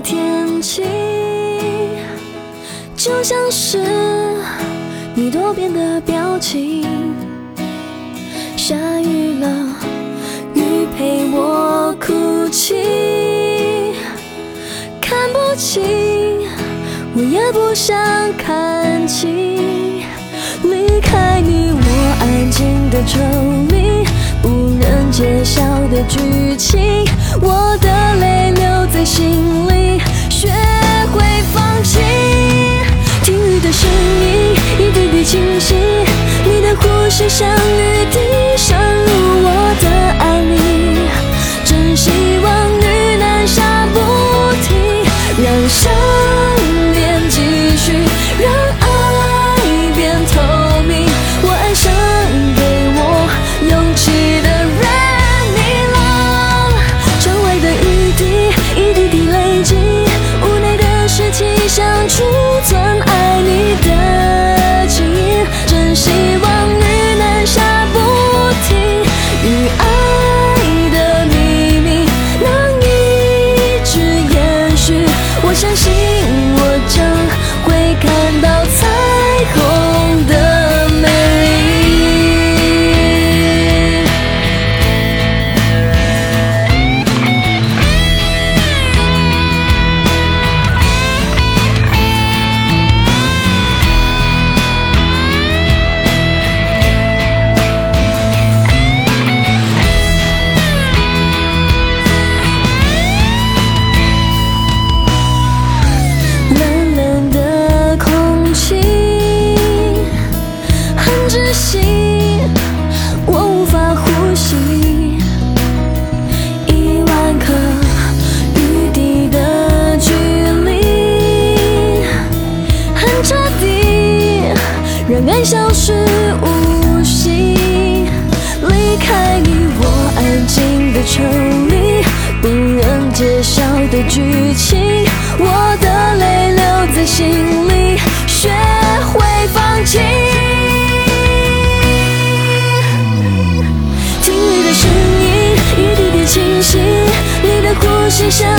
天气，就像是你多变的表情。下雨了，雨陪我哭泣，看不清，我也不想看清。离开你，我安静的抽离，不忍揭晓的剧情，我的泪留在心里，学会放弃。听雨的声音，一滴滴清晰，你的呼吸像雨滴渗入我的爱里，真希望雨能下不停，让想念继续，让爱变透明。我爱上给我勇气的人，你了。窗外的雨滴一滴滴累积，无奈的是气象储存爱你的记忆，真希望雨能下不停，与爱的秘密能一直延续。我相信我将会看到彩虹的美丽。冷冷的空气很窒息，我无法呼吸。10000颗雨滴的距离很彻底，让爱消失无息。离开你，我安静的抽离，不忍揭晓的剧情，我的泪留在心里，学会放弃。听雨的声音，一滴滴清晰，你的呼吸像